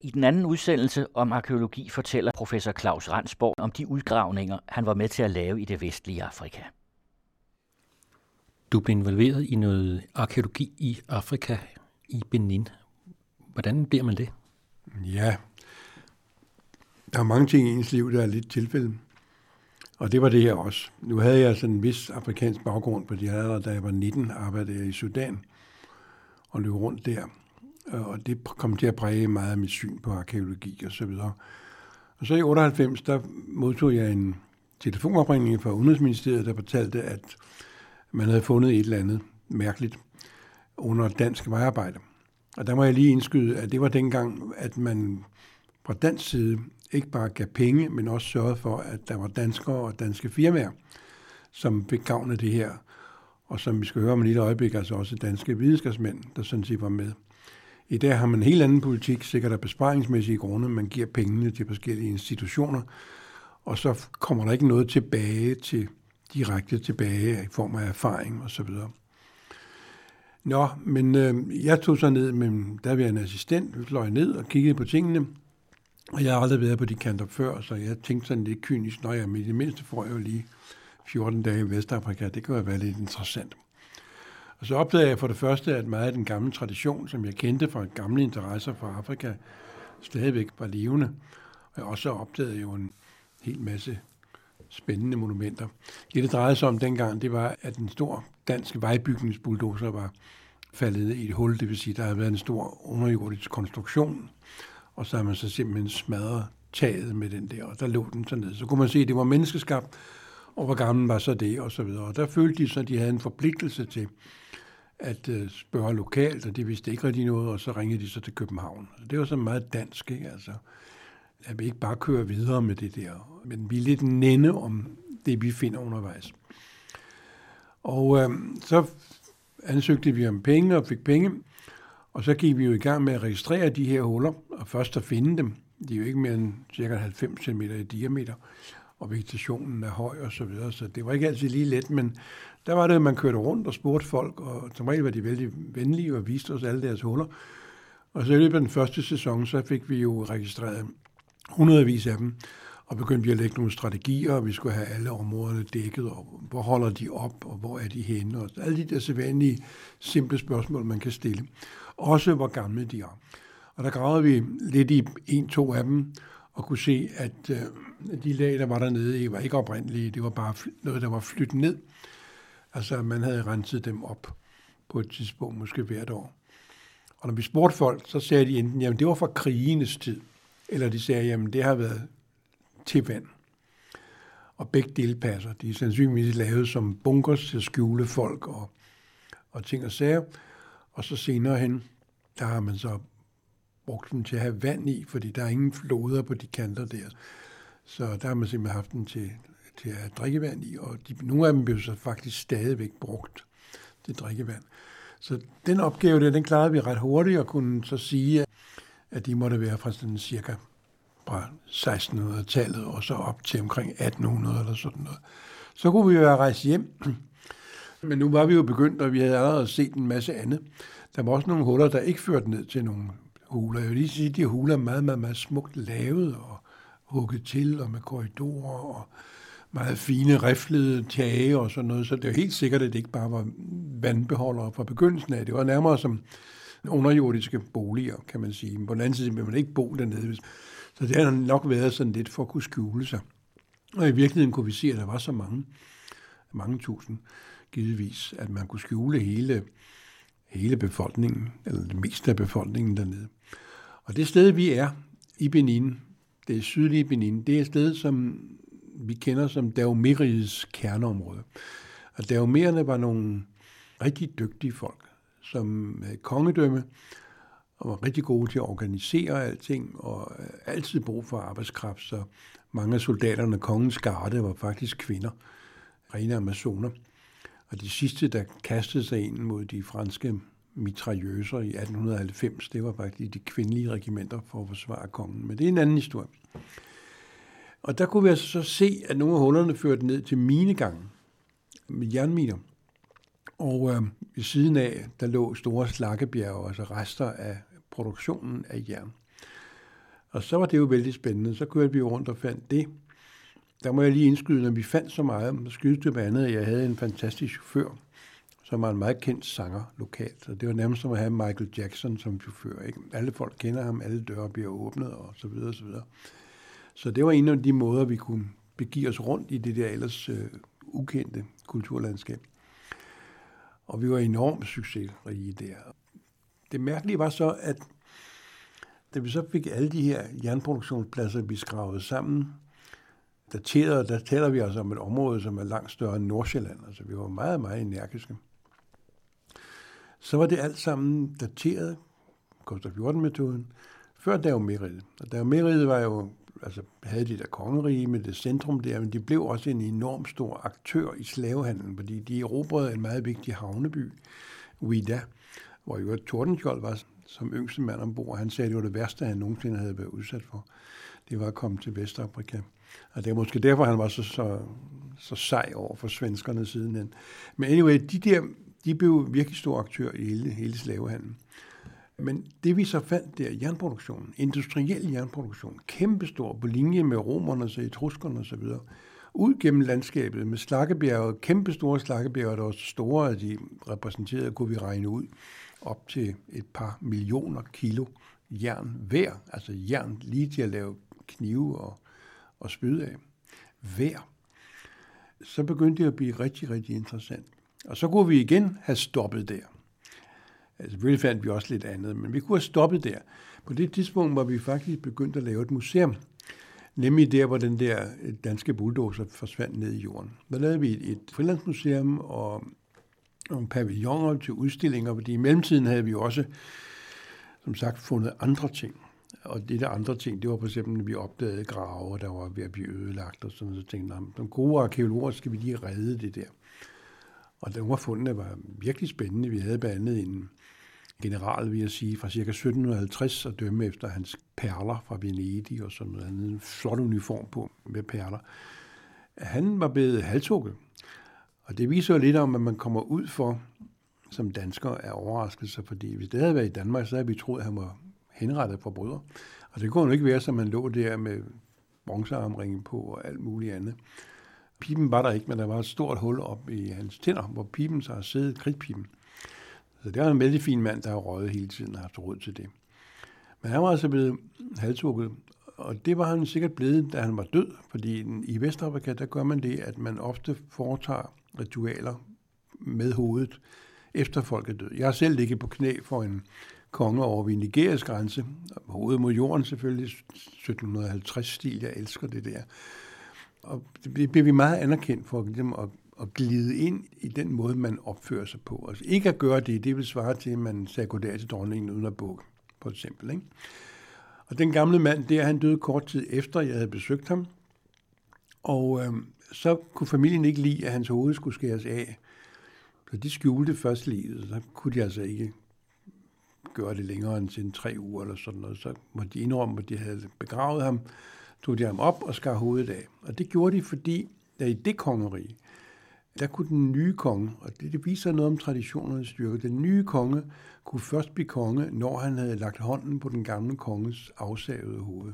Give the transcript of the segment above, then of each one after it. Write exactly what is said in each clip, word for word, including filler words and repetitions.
I den anden udsendelse om arkæologi fortæller professor Claus Ransborg om de udgravninger, han var med til at lave i det vestlige Afrika. Du blev involveret i noget arkæologi i Afrika, i Benin. Hvordan bliver man det? Ja, der er mange ting i ens liv, der er lidt tilfælde. Og det var det her også. Nu havde jeg sådan en vis afrikansk baggrund, fordi jeg allerede, da jeg var nitten, arbejdede jeg i Sudan og løb rundt der. Og det kom til at præge meget af mit syn på arkæologi og så videre. Og så i otteoghalvfems, der modtog jeg en telefonopringning fra Udenrigsministeriet, der fortalte, at man havde fundet et eller andet mærkeligt under dansk vejarbejde. Og der må jeg lige indskyde, at det var dengang, at man fra dansk side ikke bare gav penge, men også sørgede for, at der var danskere og danske firmaer, som fik gavn af det her, og som vi skal høre om et lille øjeblik, altså også danske videnskabsmænd, der sådan set var med. I dag har man en helt anden politik, sikkert af besparingsmæssige grunde. Man giver pengene til forskellige institutioner, og så kommer der ikke noget tilbage til direkte tilbage i form af erfaring osv. Nå, men øh, jeg tog så ned med, der var en assistent, vi fløj ned og kiggede på tingene, og jeg har aldrig været på de kanter før, så jeg tænkte sådan lidt kynisk, når jeg med det mindste får jeg jo lige fjorten dage i Vestafrika, det kan jo være lidt interessant. Og så opdagede jeg for det første, at meget af den gamle tradition, som jeg kendte fra gamle interesser fra Afrika, stadigvæk var levende. Og jeg også opdagede jo en hel masse spændende monumenter. Det, det drejede sig om dengang, det var, at en stor dansk vejbygningsbulldozer var faldet ned i et hul. Det vil sige, der havde været en stor underjordisk konstruktion, og så har man så simpelthen smadret taget med den der, og der lå den så ned. Så kunne man se, at det var menneskeskabt, og hvor gammel var så det, og så videre. Og der følte de så, at de havde en forpligtelse til at spørge lokalt, og de vidste ikke rigtig noget, og så ringede de så til København. Det var så meget dansk, ikke? Altså, at vi ikke bare kører videre med det der, men vi er lidt nænde om det, vi finder undervejs. Og øh, så ansøgte vi om penge og fik penge, og så gik vi jo i gang med at registrere de her huller, og først at finde dem. De er jo ikke mere end cirka halvfems centimeter i diameter, og vegetationen er høj og så videre, så det var ikke altid lige let, men der var det, at man kørte rundt og spurgte folk, og som regel var de vældig venlige og viste os alle deres huller. Og så i løbet af den første sæson, så fik vi jo registreret hundredvis af dem, og begyndte vi at lægge nogle strategier, og vi skulle have alle områderne dækket, og hvor holder de op, og hvor er de henne, og alle de der sædvanlige simple spørgsmål, man kan stille. Også hvor gamle de er. Og der gravede vi lidt i en, to af dem, og kunne se, at øh, de lag, der var dernede, var ikke oprindelige. Det var bare noget, der var flyttet ned. Altså, man havde renset dem op på et tidspunkt, måske hvert år. Og når vi spurgte folk, så sagde de enten, jamen det var fra krigenes tid, eller de sagde, jamen det har været til vand. Og begge dele passer. De er sandsynligvis lavet som bunkers til at skjule folk og, og ting og sager. Og så senere hen, der har man så brugt dem til at have vand i, fordi der er ingen floder på de kanter der. Så der har man simpelthen haft dem til, til at have drikkevand i, og de, nogle af dem bliver så faktisk stadigvæk brugt til drikkevand. Så den opgave der, den klarede vi ret hurtigt, og kunne så sige, at de måtte være fra sådan cirka fra sekstenhundredetallet og så op til omkring atten hundrede eller sådan noget. Så kunne vi jo rejse hjem, men nu var vi jo begyndt, og vi havde allerede set en masse andet. Der var også nogle huller, der ikke førte ned til nogle huler. Jeg vil lige sige, at de huler er meget, meget, meget smukt lavet og hugget til, og med korridorer og meget fine riflede tage og sådan noget. Så det er jo helt sikkert, at det ikke bare var vandbeholdere fra begyndelsen af. Det var nærmere som underjordiske boliger, kan man sige. På den anden side vil man ikke bo dernede. Så det har nok været sådan lidt for at kunne skjule sig. Og i virkeligheden kunne vi se, at der var så mange, mange tusind givetvis, at man kunne skjule hele, hele befolkningen, eller det meste af befolkningen dernede. Og det sted, vi er i Benin, det er sydlige Benin, det er et sted, som vi kender som Dahomey-rigets kerneområde. Og Dahomererne var nogle rigtig dygtige folk, som havde kongedømme, og var rigtig gode til at organisere alting, og altid brug for arbejdskraft, så mange af soldaterne, kongens garde, var faktisk kvinder, rene amazoner. Og de sidste, der kastede sig ind mod de franske mitrailleuser i atten halvfems, det var faktisk de kvindelige regimenter for at forsvare kongen. Men det er en anden historie. Og der kunne vi altså så se, at nogle af hullerne førte ned til minegangen med jernminer. Og øh, ved siden af, der lå store slakkebjerge, altså rester af produktionen af jern. Og så var det jo vældig spændende. Så kørte vi jo rundt og fandt det. Der må jeg lige indskyde, når vi fandt så meget, så skyldes det blandt andet, at jeg havde en fantastisk chauffør, som var en meget kendt sanger lokalt. Og det var nærmest som at have Michael Jackson som chauffør. Ikke? Alle folk kender ham, alle døre bliver åbnet og så videre og så videre. Så det var en af de måder, vi kunne begive os rundt i det der ellers øh, ukendte kulturlandskab. Og vi var enormt succesrige der. Det mærkelige var så, at da vi så fik alle de her jernproduktionspladser, vi skravede sammen, dateret, der taler vi altså om et område, som er langt større end Nordsjælland. Altså vi var meget, meget energiske. Så var det alt sammen dateret, Gustav fjorten-metoden, før Dagomeriet. Og Dagomeriet var jo, altså havde de der kongerige med det centrum der, men de blev også en enorm stor aktør i slavehandlen, fordi de erobrede en meget vigtig havneby, Ouida, hvor jo Tordenskjold var som yngste mand ombord. Han sagde, at det var det værste, han nogensinde havde været udsat for. Det var at komme til Vestafrika. Og det er måske derfor, han var så, så, så sej over for svenskerne sidenhen. Men anyway, de der, de blev virkelig store aktører i hele, hele slavehandlen. Men det vi så fandt der, jernproduktionen, industriel jernproduktion, kæmpestor på linje med romerne og etruskerne og så videre, ud gennem landskabet med slakkebjerge, kæmpestore slakkebjerge, der var så store, at de repræsenterede, kunne vi regne ud, op til et par millioner kilo jern hver, altså jern lige til at lave knive og, og spyd af, hver. Så begyndte det at blive rigtig, rigtig interessant. Og så kunne vi igen have stoppet der. Altså, selvfølgelig fandt vi også lidt andet, men vi kunne have stoppet der. På det tidspunkt var vi faktisk begyndt at lave et museum, nemlig der, hvor den der danske bulldozer forsvandt ned i jorden. Der lavede vi et, et frilandsmuseum og nogle pavilloner til udstillinger, fordi i mellemtiden havde vi også, som sagt, fundet andre ting. Og det der andre ting, det var for eksempel, at vi opdagede grave, der var ved at blive ødelagt, og sådan, så tænkte jeg, som gode arkeologer skal vi lige redde det der. Og nogle af fundene var virkelig spændende. Vi havde blandt andet en general, vil jeg sige, fra ca. sytten halvtreds, at dømme efter hans perler fra Venedig og sådan noget andet. En flot uniform på med perler. Han var blevet halshugget. Og det viser jo lidt om, at man kommer ud for, som danskere, er overraskelse, fordi hvis det havde været i Danmark, så havde vi troet, at han var henrettet forbryder. Og det kunne jo ikke være, som man lå der med bronzearmringen på og alt muligt andet. Piben var der ikke, men der var et stort hul op i hans tænder, hvor piben så har siddet, kridtpiben. Så det var en vældig fin mand, der har røget hele tiden og haft råd til det. Men han var altså blevet halshugget, og det var han sikkert blevet, da han var død, fordi i Vestafrika, der gør man det, at man ofte foretager ritualer med hovedet, efter folk er døde. Jeg har selv ligget på knæ for en konge over ved Nigerias grænse, hovedet mod jorden selvfølgelig, sytten halvtreds-stil, jeg elsker det der. Og det bliver vi meget anerkendt for ligesom at, at glide ind i den måde, man opfører sig på. Altså ikke at gøre det, det vil svare til, at man sagde goddag til dronningen uden at bukke, for eksempel. Ikke? Og den gamle mand der, han døde kort tid efter, jeg havde besøgt ham. Og øh, så kunne familien ikke lide, at hans hoved skulle skæres af. Så de skjulte først livet, så kunne de altså ikke gøre det længere end til tre uger eller sådan noget. Så måtte de indrømme, at de havde begravet ham, tog de ham op og skar hovedet af. Og det gjorde de, fordi der i det kongerige, der kunne den nye konge, og det, det viser noget om traditionernes styrke, den nye konge kunne først blive konge, når han havde lagt hånden på den gamle konges afsavede hoved.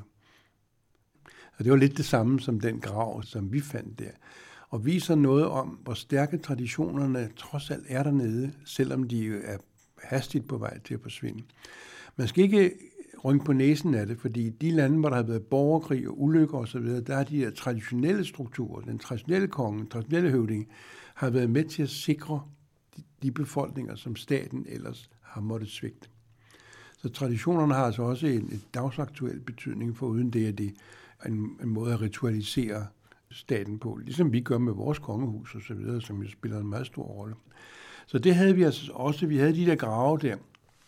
Og det var lidt det samme som den grav, som vi fandt der, og viser noget om, hvor stærke traditionerne trods alt er dernede, selvom de er hastigt på vej til at forsvinde. Man skal ikke rynke på næsen af det, fordi de lande, hvor der har været borgerkrig og ulykker osv., der har de her traditionelle strukturer, den traditionelle konge, den traditionelle høvding, har været med til at sikre de, de befolkninger, som staten ellers har måttet svigte. Så traditionerne har altså også en, en dagsaktuel betydning, for uden det er det en, en måde at ritualisere staten på, ligesom vi gør med vores kongehus og så videre, som jo spiller en meget stor rolle. Så det havde vi altså også, vi havde de der grave der.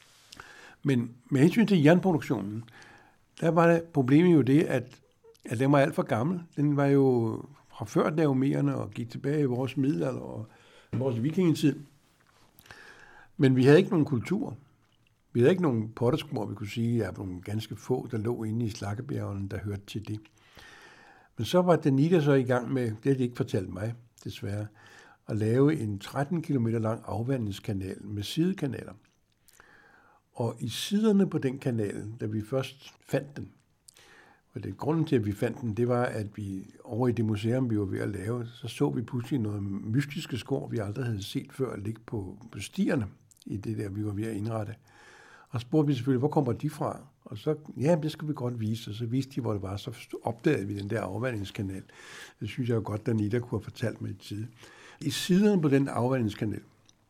Men med hensyn til jernproduktionen, der var det problemet jo det, at, at den var alt for gammel. Den var jo fra før Dagomerierne og gik tilbage i vores middelalder og vores vikingetid. Men vi havde ikke nogen kultur. Vi havde ikke nogen potterskår, vi kunne sige, at der var nogle ganske få, der lå inde i Slakkebjergene, der hørte til det. Men så var Danida så i gang med, det har de ikke fortalt mig, desværre, at lave en tretten kilometer lang afvandingskanal med sidekanaler. Og i siderne på den kanal, da vi først fandt den, Og det grunden til, at vi fandt den, det var, at vi over i det museum, vi var ved at lave, så så vi pludselig noget mystiske skår, vi aldrig havde set før ligge på, på stierne i det der, vi var ved at indrette. Og spurgte vi selvfølgelig, hvor kommer de fra? Og så, ja, det skal vi godt vise. Og så viste de, hvor det var. Så opdagede vi den der afvandingskanal. Det synes jeg jo godt, Danita kunne have fortalt mig i tid. I siden på den afvandingskanal,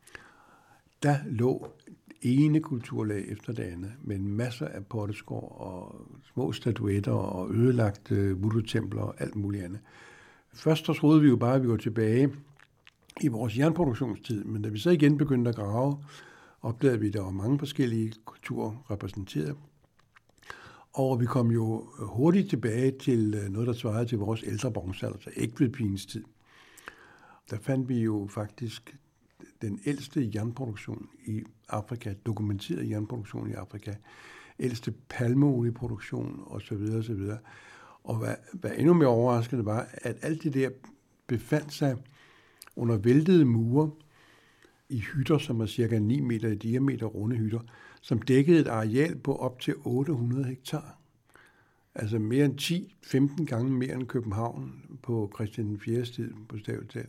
der lå ene kulturlag efter det andet, med masser af potteskår og små statuetter og ødelagte voodoo-templer og alt muligt andet. Først så troede vi jo bare, at vi var tilbage i vores jernproduktionstid, men da vi så igen begyndte at grave, opdagede vi, at der var mange forskellige kulturer repræsenteret. Og vi kom jo hurtigt tilbage til noget, der svarede til vores ældre bronzealder, altså Egtvedpinens tid. Der fandt vi jo faktisk den ældste jernproduktion i Afrika, dokumenteret jernproduktion i Afrika, ældste palmeolieproduktion osv. osv. Og hvad, hvad endnu mere overraskende var, at alt det der befandt sig under væltede mure i hytter, som er cirka ni meter i diameter, runde hytter, som dækkede et areal på op til otte hundrede hektar. Altså mere end ti til femten gange mere end København på Christian den fjerdes tid på stavtalt.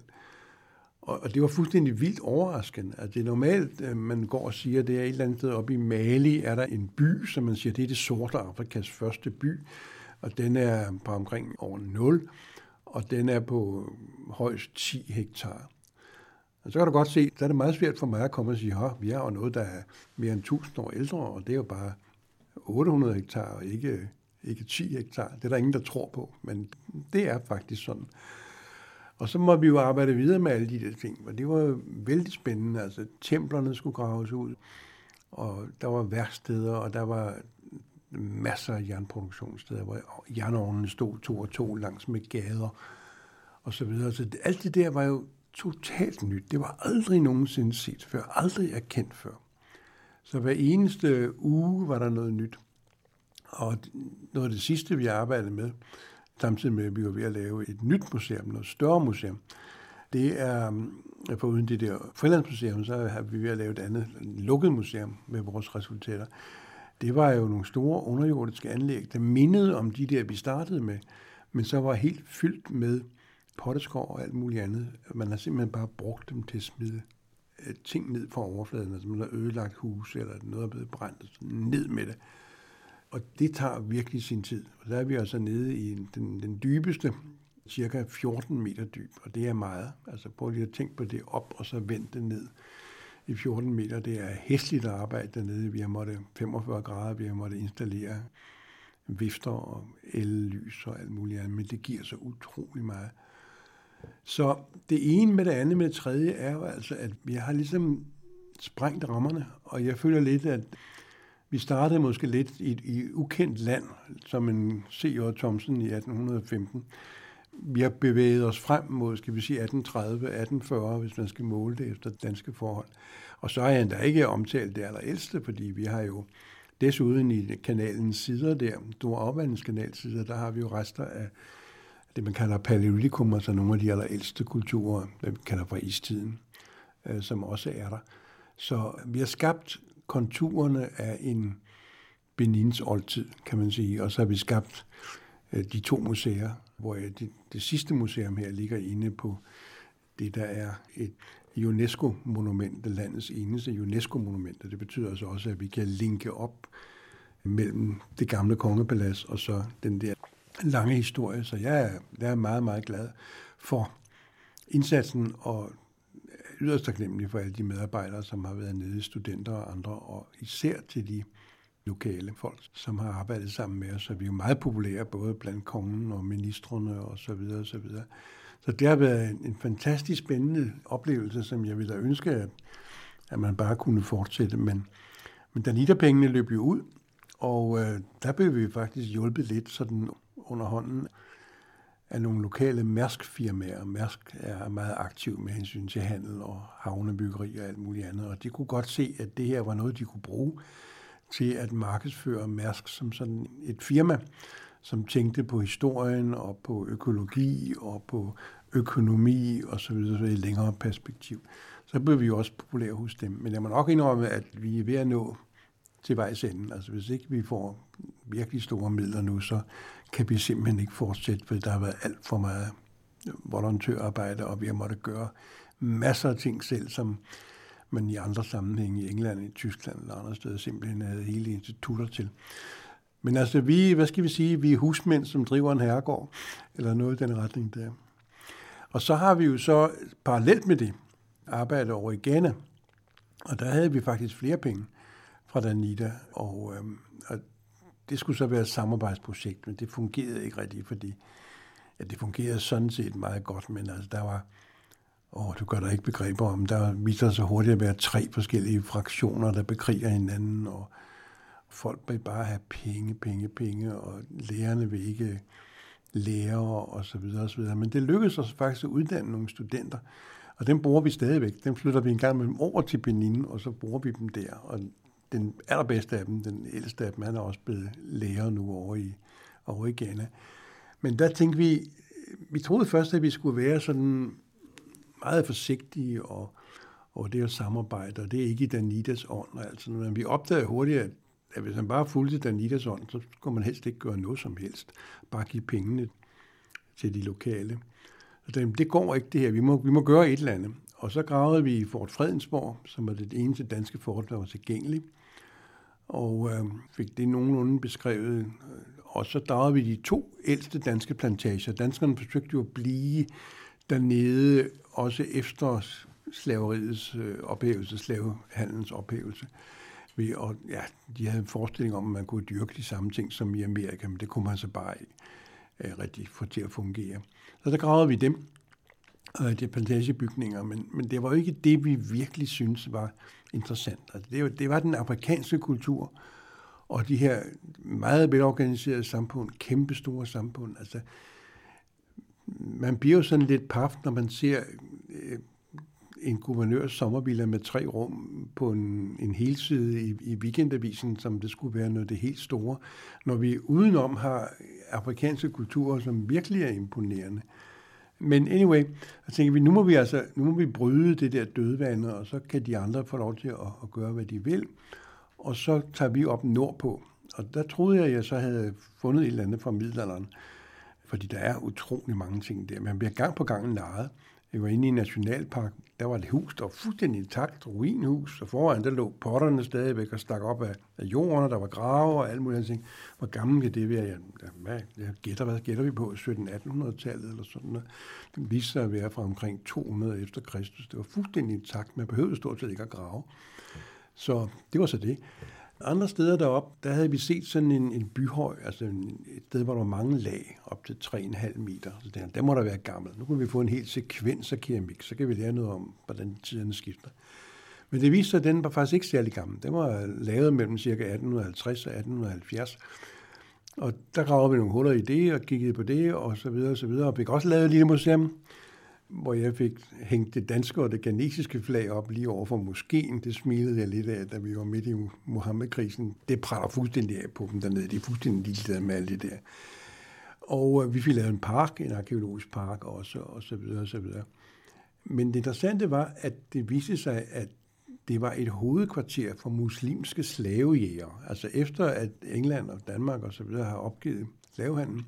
Og det var fuldstændig vildt overraskende. Altså det er normalt, man går og siger, det er et eller andet sted oppe i Mali, er der en by, som man siger, det er det sorte Afrikas første by, og den er på omkring over nul, og den er på højst ti hektar. Og så kan du godt se, så er det meget svært for mig at komme og sige, at vi har jo noget, der er mere end tusind år ældre, og det er jo bare otte hundrede hektar, og ikke, ikke ti hektar. Det er der ingen, der tror på, men det er faktisk sådan. Og så må vi jo arbejde videre med alle de der ting, og det var jo vældig spændende. Altså, templerne skulle graves ud, og der var værksteder, og der var masser af jernproduktionssteder, hvor jernovnene stod to og to langs med gader, og så videre. Så alt det der var jo totalt nyt. Det var aldrig nogensinde set før, aldrig erkendt før. Så hver eneste uge var der noget nyt. Og noget af det sidste, vi arbejdede med, samtidig med, at vi var ved at lave et nyt museum, noget større museum, det er, for uden det der frilandsmuseum, så har vi ved at lave et andet lukket museum med vores resultater. Det var jo nogle store underjordiske anlæg, der mindede om de der, vi startede med, men så var helt fyldt med potteskår og alt muligt andet. Man har simpelthen bare brugt dem til at smide ting ned fra overfladen, altså man har ødelagt hus, eller noget er blevet brændt, ned med det. Og det tager virkelig sin tid. Og der er vi altså nede i den, den dybeste, cirka fjorten meter dyb, og det er meget. Altså prøv lige at tænke på det op, og så vend det ned i fjorten meter. Det er hæsligt at arbejde dernede. Vi har måttet femogfyrre grader, vi har måttet installere vifter og el-lys og alt muligt andet, men det giver så utrolig meget. Så det ene med det andet med det tredje er jo altså, at vi har ligesom sprængt rammerne, og jeg føler lidt, at vi startede måske lidt i et i ukendt land, som en C J Thomsen i atten femten. Vi har bevæget os frem mod, skal vi sige, atten tredive, atten fyrre, hvis man skal måle det efter danske forhold. Og så har jeg endda ikke omtalt det allerældste, fordi vi har jo desuden i kanalens sider der, store afvandingskanalsider, der har vi jo rester af det, man kalder paleolitikum, altså nogle af de allerældste kulturer, det vi kalder fra istiden, som også er der. Så vi har skabt konturerne af en Benins oldtid, kan man sige, og så har vi skabt de to museer, hvor det, det sidste museum her ligger inde på det, der er et UNESCO-monument, landets eneste UNESCO-monument, og det betyder altså også, at vi kan linke op mellem det gamle kongepalads og så den der lange historie. Så jeg er, jeg er meget, meget glad for indsatsen og yderst taknemmelig for alle de medarbejdere, som har været nede, studenter og andre, og især til de lokale folk, som har arbejdet sammen med os. Så vi er jo meget populære, både blandt kongen og ministrene og så videre og så videre. Så det har været en, en fantastisk spændende oplevelse, som jeg ville ønske, at, at man bare kunne fortsætte. Men, men Danita-pengene løb jo ud, og øh, der blev vi faktisk hjulpet lidt sådan under hånden af nogle lokale Mærsk-firmaer. Mærsk er meget aktiv med hensyn til handel og havnebyggeri og alt muligt andet, og de kunne godt se, at det her var noget, de kunne bruge til at markedsføre Mærsk som sådan et firma, som tænkte på historien og på økologi og på økonomi og så videre, så i et længere perspektiv. Så blev vi jo også populære hos dem. Men jeg må nok indrømme, at vi er ved at nå til vejs ende. Altså hvis ikke vi får virkelig store midler nu, så kan vi simpelthen ikke fortsætte, for der har været alt for meget volontørarbejde, og vi har måttet gøre masser af ting selv, som man i andre sammenhænge i England, i Tyskland eller andre steder simpelthen havde hele institutter til. Men altså vi, hvad skal vi sige, vi er husmænd, som driver en herregård, eller noget i den retning der. Og så har vi jo så parallelt med det arbejdet over i Ghana, og der havde vi faktisk flere penge fra Danida, og, øhm, og det skulle så være et samarbejdsprojekt, men det fungerede ikke rigtigt, fordi ja, det fungerede sådan set meget godt, men altså der var, åh, du gør der ikke begreber om, der viser sig så hurtigt at være tre forskellige fraktioner, der bekriger hinanden, og folk vil bare have penge, penge, penge, og lærerne vil ikke lære, og så videre, og så videre. Men det lykkedes os faktisk at uddanne nogle studenter, og dem bruger vi stadigvæk. Dem flytter vi en gang med dem over til Benin, og så bruger vi dem der. Og den allerbedste af dem, den ældste af dem, han er også blevet lærer nu over i, over i Ghana. Men der tænkte vi, vi troede først, at vi skulle være sådan meget forsigtige, og, og det er jo samarbejde, og det er ikke i Danidas ånd. Altså, men vi opdagede hurtigt, at, at hvis man bare fulgte Danidas ånd, så skulle man helst ikke gøre noget som helst. Bare give pengene til de lokale. Så det, det går ikke det her. Vi må, vi må gøre et eller andet. Og så gravede vi i Fort Fredensborg, som var det eneste danske fort, der var tilgængeligt. Og øh, fik det nogenlunde beskrevet. Og så dragede vi de to ældste danske plantager. Danskerne forsøgte jo at blive dernede, også efter slaveriets øh, ophævelse, slavehandelens ophævelse. Vi, og ja, de havde en forestilling om, at man kunne dyrke de samme ting som i Amerika, men det kunne man så bare ikke øh, rigtig få til at fungere. Så der gravede vi dem, øh, de plantagebygninger, men, men det var jo ikke det, vi virkelig synes var interessant. Altså, det, var, det var den afrikanske kultur, og de her meget velorganiserede samfund, kæmpe store samfund. Altså, man bliver jo sådan lidt paf, når man ser øh, en guvernørs sommervilla med tre rum på en, en helside i, i weekendavisen, som det skulle være noget det helt store. Når vi udenom har afrikanske kulturer, som virkelig er imponerende. Men anyway, så tænker vi, nu må vi altså nu må vi bryde det der dødvande, og så kan de andre få lov til at, at gøre, hvad de vil. Og så tager vi op nordpå. Og der troede jeg, at jeg så havde fundet et eller andet fra middelalderen. Fordi der er utrolig mange ting der. Man bliver gang på gang narret. Jeg var inde i en nationalpark. Der var et hus, der var fuldstændig intakt, ruinhus. Og foran der lå potterne stadigvæk og stak op af, af jorden, og der var grave og alt muligt ting. Hvor gammel kan det være? Jeg, hvad, jeg gætter, hvad gætter vi på? sytten-attenhundredetallet eller sådan noget. Det viste sig at være fra omkring to hundrede efter Kristus. Det var fuldstændig intakt. Man behøvede stort set ikke at grave. Så det var så det. Andre steder deroppe, der havde vi set sådan en, en byhøj, altså en, et sted, hvor der var mange lag, op til tre komma fem meter. Så der, der må der være gammel. Nu kan vi få en hel sekvens af keramik, så kan vi lære noget om, hvordan tiderne skifter. Men det viste sig, at den var faktisk ikke særlig gammel. Den var lavet mellem ca. atten halvtreds og atten halvfjerds. Og der gravede vi nogle huller i det, og kiggede på det, og så videre, og så videre. Og fik også lavet et lille museum, hvor jeg fik hængt det danske og det ghanesiske flag op lige over for moskeen. Det smilede jeg lidt af, da vi var midt i Mohammed-krisen. Det pratter fuldstændig af på dem dernede. De er fuldstændig ligeglade med alt det der. Og øh, vi fik lavet en park, en arkeologisk park også, og så videre, og så videre. Men det interessante var, at det viste sig, at det var et hovedkvarter for muslimske slavejægere. Altså efter at England og Danmark og så videre har opgivet slavehandlen,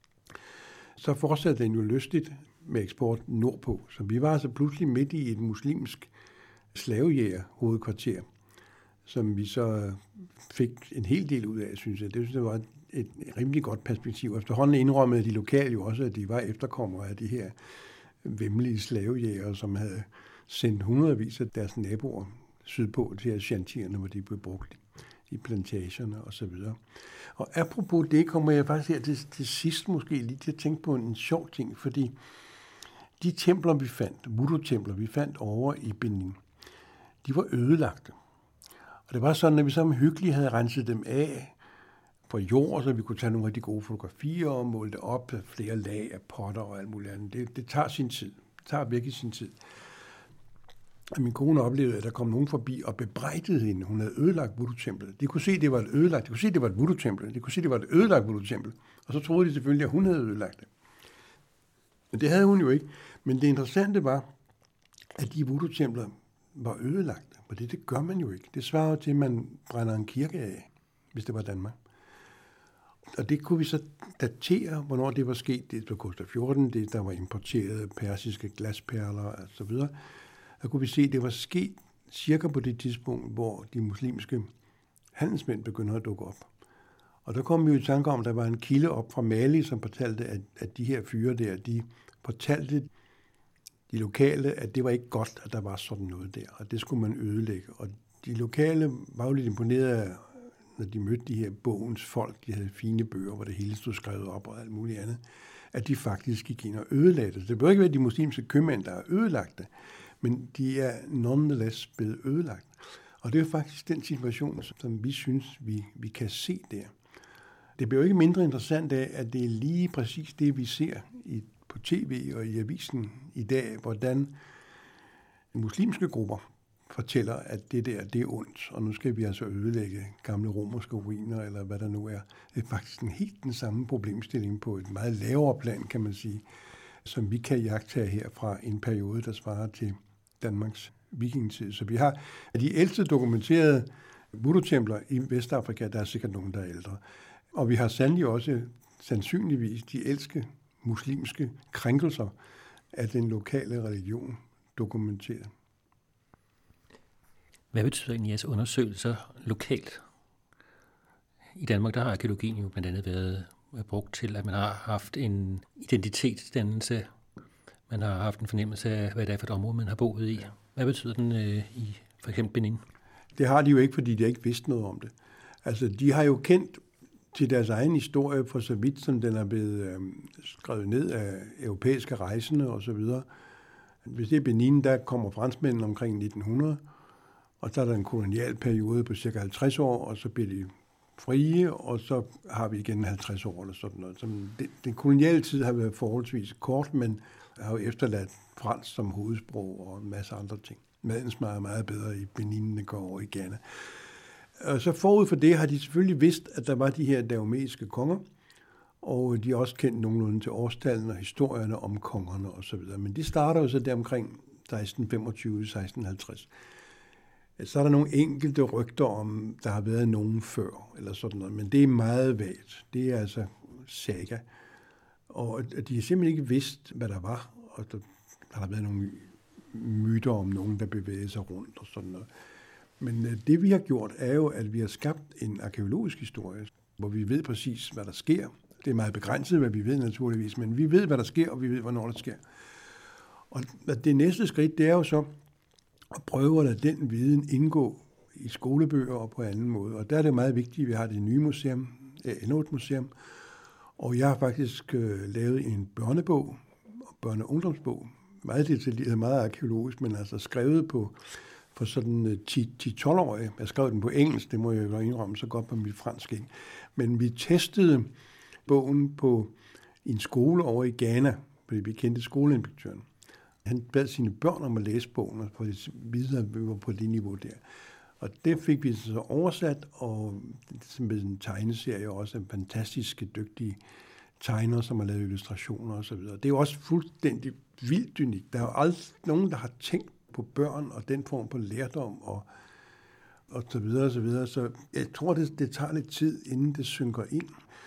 så fortsatte den jo lystigt med eksport nordpå. Så vi var altså pludselig midt i et muslimsk slavejæger-hovedkvarter, som vi så fik en hel del ud af, synes jeg. Det synes jeg var et, et rimelig godt perspektiv. Efterhånden indrømmede de lokale jo også, at de var efterkommere af de her væmmelige slavejægere, som havde sendt hundredvis af deres naboer sydpå til shantierne, hvor de blev brugt i plantagerne og så videre. Og apropos det, kommer jeg faktisk her til, til sidst måske lige til at tænke på en sjov ting, fordi de templer, vi fandt, voodoo-templer, vi fandt over i Benin, de var ødelagte. Og det var sådan, at vi sammen hyggeligt havde renset dem af på jord, så vi kunne tage nogle af de gode fotografier og måle det op af flere lag af potter og alt muligt andet. Det, det tager sin tid. Det tager virkelig sin tid. Og min kone oplevede, at der kom nogen forbi og bebrejdede hende. Hun havde ødelagt voodoo-templet. De kunne se, at det var et ødelagt. De kunne se, at det var et voodoo-tempel. De kunne se, at det var et ødelagt voodoo-tempel. Og så troede de selvfølgelig, at hun havde ødelagt det. Men det havde hun jo ikke. Men det interessante var, at de voodoo-templer var ødelagte. Og det, det gør man jo ikke. Det svarer jo til, at man brænder en kirke af, hvis det var Danmark. Og det kunne vi så datere, hvornår det var sket. Det var Gustav fjorten, det der var importeret persiske glasperler og så videre. Der kunne vi se, at det var sket cirka på det tidspunkt, hvor de muslimske handelsmænd begynder at dukke op. Og der kom vi jo i tanke om, at der var en kilde op fra Mali, som fortalte, at, at de her fyre der, de fortalte de lokale, at det var ikke godt, at der var sådan noget der, og det skulle man ødelægge. Og de lokale var jo lidt imponeret af, når de mødte de her bogens folk, de havde fine bøger, hvor det hele stod skrevet op og alt muligt andet, at de faktisk gik ind og ødelagde det. Det bør ikke være de muslimske købmænd, der har ødelagt det, men de er nonetheless blevet ødelagt. Og det er faktisk den situation, som vi synes, vi, vi kan se der. Det bliver jo ikke mindre interessant af, at det er lige præcis det, vi ser i, på tv og i avisen i dag, hvordan muslimske grupper fortæller, at det der, det er ondt, og nu skal vi altså ødelægge gamle romerske ruiner, eller hvad der nu er. Det er faktisk en helt den samme problemstilling på et meget lavere plan, kan man sige, som vi kan jagtage her fra en periode, der svarer til Danmarks vikingetid. Så vi har af de ældste dokumenterede voodoo-templer i Vestafrika, der er sikkert nogen, der er ældre. Og vi har sandelig også sandsynligvis de ældste muslimske krænkelser af den lokale religion dokumenteret. Hvad betyder egentlig jeres undersøgelser lokalt? I Danmark der har arkeologien jo blandt andet været brugt til, at man har haft en identitetsdannelse. Man har haft en fornemmelse af, hvad det er for et område, man har boet i. Hvad betyder den øh, i for eksempel Benin? Det har de jo ikke, fordi de ikke vidste noget om det. Altså, de har jo kendt til deres egen historie, for så vidt som den er blevet øh, skrevet ned af europæiske rejsende osv. Hvis det er Benin, der kommer franskmændene omkring nitten hundrede, og så er der en kolonial periode på cirka halvtreds år, og så bliver de frie, og så har vi igen halvtreds år eller sådan noget. Så det, den koloniale tid har været forholdsvis kort, men har jo efterladt fransk som hovedsprog og en masse andre ting. Maden smager meget bedre i Benin, end det går over i Ghana. Og så forud for det har de selvfølgelig vidst, at der var de her daomeiske konger, og de har også kendt nogenlunde til årstallen og historierne om kongerne osv. Men de starter jo så der omkring seksten femogtyve til seksten halvtreds. Så er der nogle enkelte rygter om, der har været nogen før, eller sådan noget, men det er meget vagt. Det er altså saga. Og de har simpelthen ikke vidst, hvad der var, og der har været nogle myter om nogen, der bevæger sig rundt og sådan noget. Men det, vi har gjort, er jo, at vi har skabt en arkæologisk historie, hvor vi ved præcis, hvad der sker. Det er meget begrænset, hvad vi ved naturligvis, men vi ved, hvad der sker, og vi ved, hvornår der sker. Og det næste skridt, det er jo så at prøve at lade den viden indgå i skolebøger og på anden måde. Og der er det meget vigtigt, at vi har det nye museum, endnu et museum, og jeg har faktisk øh, lavet en børnebog, børne- og ungdomsbog, meget detaljeret, meget arkeologisk, men altså skrevet på for sådan ti til tolv-årige. Jeg skrev den på engelsk, det må jeg jo indrømme, så godt på mit fransk ikke. Men vi testede bogen på en skole over i Ghana, fordi vi kendte skoleinspektøren. Han bad sine børn om at læse bogen, og for at vide, at vi var på det niveau der. Og det fik vi så oversat, og med en tegneserie også en fantastisk dygtige tegner, som har lavet illustrationer osv. Det er jo også fuldstændig vildt unikt. Der er jo aldrig nogen, der har tænkt på børn og den form på lærdom og, og så videre og så videre. Så jeg tror, det, det tager lidt tid, inden det synker ind,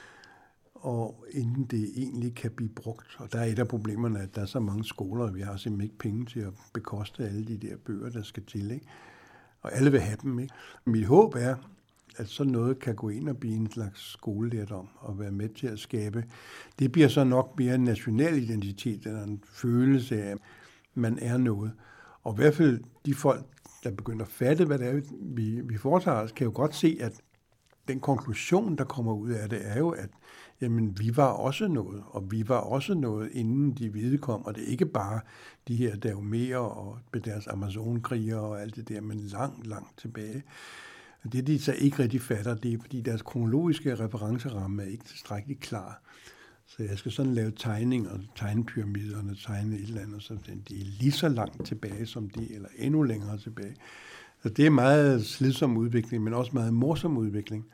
og inden det egentlig kan blive brugt. Og der er et af problemerne, at der er så mange skoler, og vi har simpelthen ikke penge til at bekoste alle de der bøger, der skal til, ikke? Og alle vil have dem, ikke? Mit håb er, at sådan noget kan gå ind og blive en slags skolelærdom og være med til at skabe. Det bliver så nok mere en national identitet, eller en følelse af, at man er noget. Og i hvert fald de folk, der begynder at fatte, hvad det er, vi, vi foretager os, kan jo godt se, at den konklusion, der kommer ud af det, er jo, at jamen, vi var også noget, og vi var også noget, inden de hvide kom. Og det er ikke bare de her daomerer og deres amazonkrigere og alt det der, men langt, langt tilbage. Det, de så ikke rigtig fatter, det er, fordi deres kronologiske referenceramme er ikke tilstrækkeligt klar. Så jeg skal sådan lave tegninger, tegne pyramiderne, tegne et eller andet, så det er lige så langt tilbage som de, eller endnu længere tilbage. Så det er meget slidsom udvikling, men også meget morsom udvikling.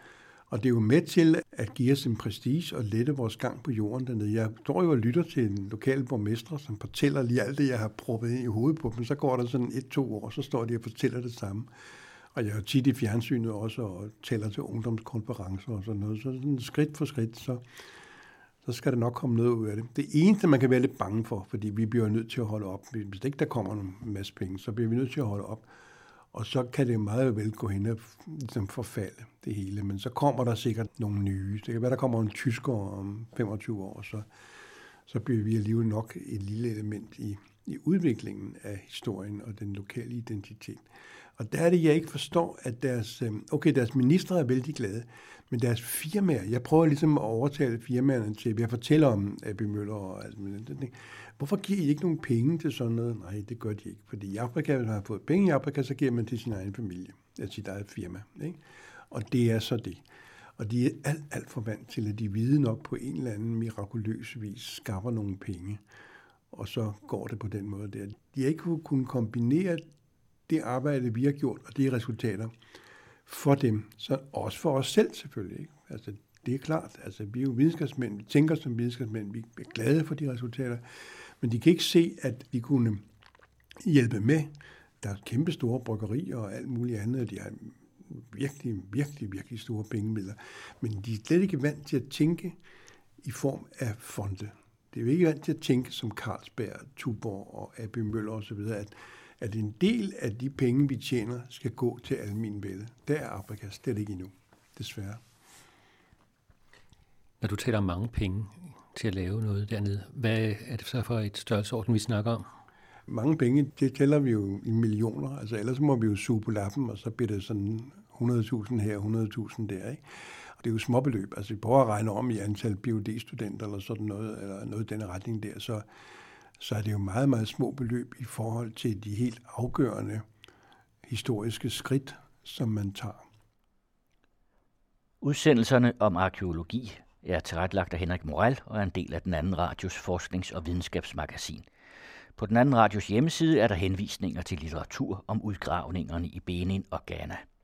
Og det er jo med til at give os en prestige og lette vores gang på jorden dernede. Jeg står jo og lytter til en lokal borgmester, som fortæller lige alt det, jeg har proppet ind i hovedet på dem. Så går der sådan et, to år, så står de og fortæller det samme. Og jeg er jo tit i fjernsynet også og taler til ungdomskonferencer og sådan noget. Så sådan skridt for skridt, så, så skal der nok komme noget ud af det. Det eneste, man kan være lidt bange for, fordi vi bliver nødt til at holde op. Hvis ikke der kommer en masse penge, så bliver vi nødt til at holde op. Og så kan det meget vel gå hen og ligesom forfalde det hele. Men så kommer der sikkert nogle nye. Det kan være, der kommer en tysker om femogtyve år, så, så bliver vi alligevel nok et lille element i, i udviklingen af historien og den lokale identitet. Og der er det, jeg ikke forstår, at deres, okay, deres ministre er vældig glade, men deres firmaer, jeg prøver ligesom at overtale firmaerne til, jeg fortæller om A P Møller og alt muligt. Hvorfor giver I ikke nogen penge til sådan noget? Nej, det gør de ikke, fordi i Afrika, hvis man har fået penge i Afrika, så giver man til sin egen familie, altså sit eget firma. Ikke? Og det er så det. Og de er alt, alt for vant til, at de vide nok på en eller anden mirakuløs vis skaffer nogle penge, og så går det på den måde der. De har ikke kunnet kombinere det arbejde, vi har gjort, og de resultater for dem, så også for os selv selvfølgelig. Ikke? Altså, det er klart, altså, vi er jo videnskabsmænd, vi tænker som videnskabsmænd, vi er glade for de resultater, men de kan ikke se, at vi kunne hjælpe med. Der er kæmpe store bryggerier og alt muligt andet, og de har virkelig, virkelig, virkelig store pengemidler, men de er slet ikke vant til at tænke i form af fonde. Det er jo ikke vant til at tænke som Carlsberg, Tuborg og A P Møller osv., at at en del af de penge, vi tjener, skal gå til almenvælde. Der er Afrika slet ikke endnu, desværre. Når du taler om mange penge til at lave noget dernede, hvad er det så for et størrelsesorden, vi snakker om? Mange penge, det tæller vi jo i millioner. Altså ellers må vi jo suge på lappen, og så bliver det sådan hundrede tusind her, hundrede tusind der, ikke? Og det er jo småbeløb. Altså vi prøver at regne om i antal P H D-studenter eller sådan noget, eller noget i den retning der, så så er det jo meget, meget små beløb i forhold til de helt afgørende historiske skridt, som man tager. Udsendelserne om arkæologi er tilrettelagt af Henrik Morel og er en del af den anden radios forsknings- og videnskabsmagasin. På den anden radios hjemmeside er der henvisninger til litteratur om udgravningerne i Benin og Ghana.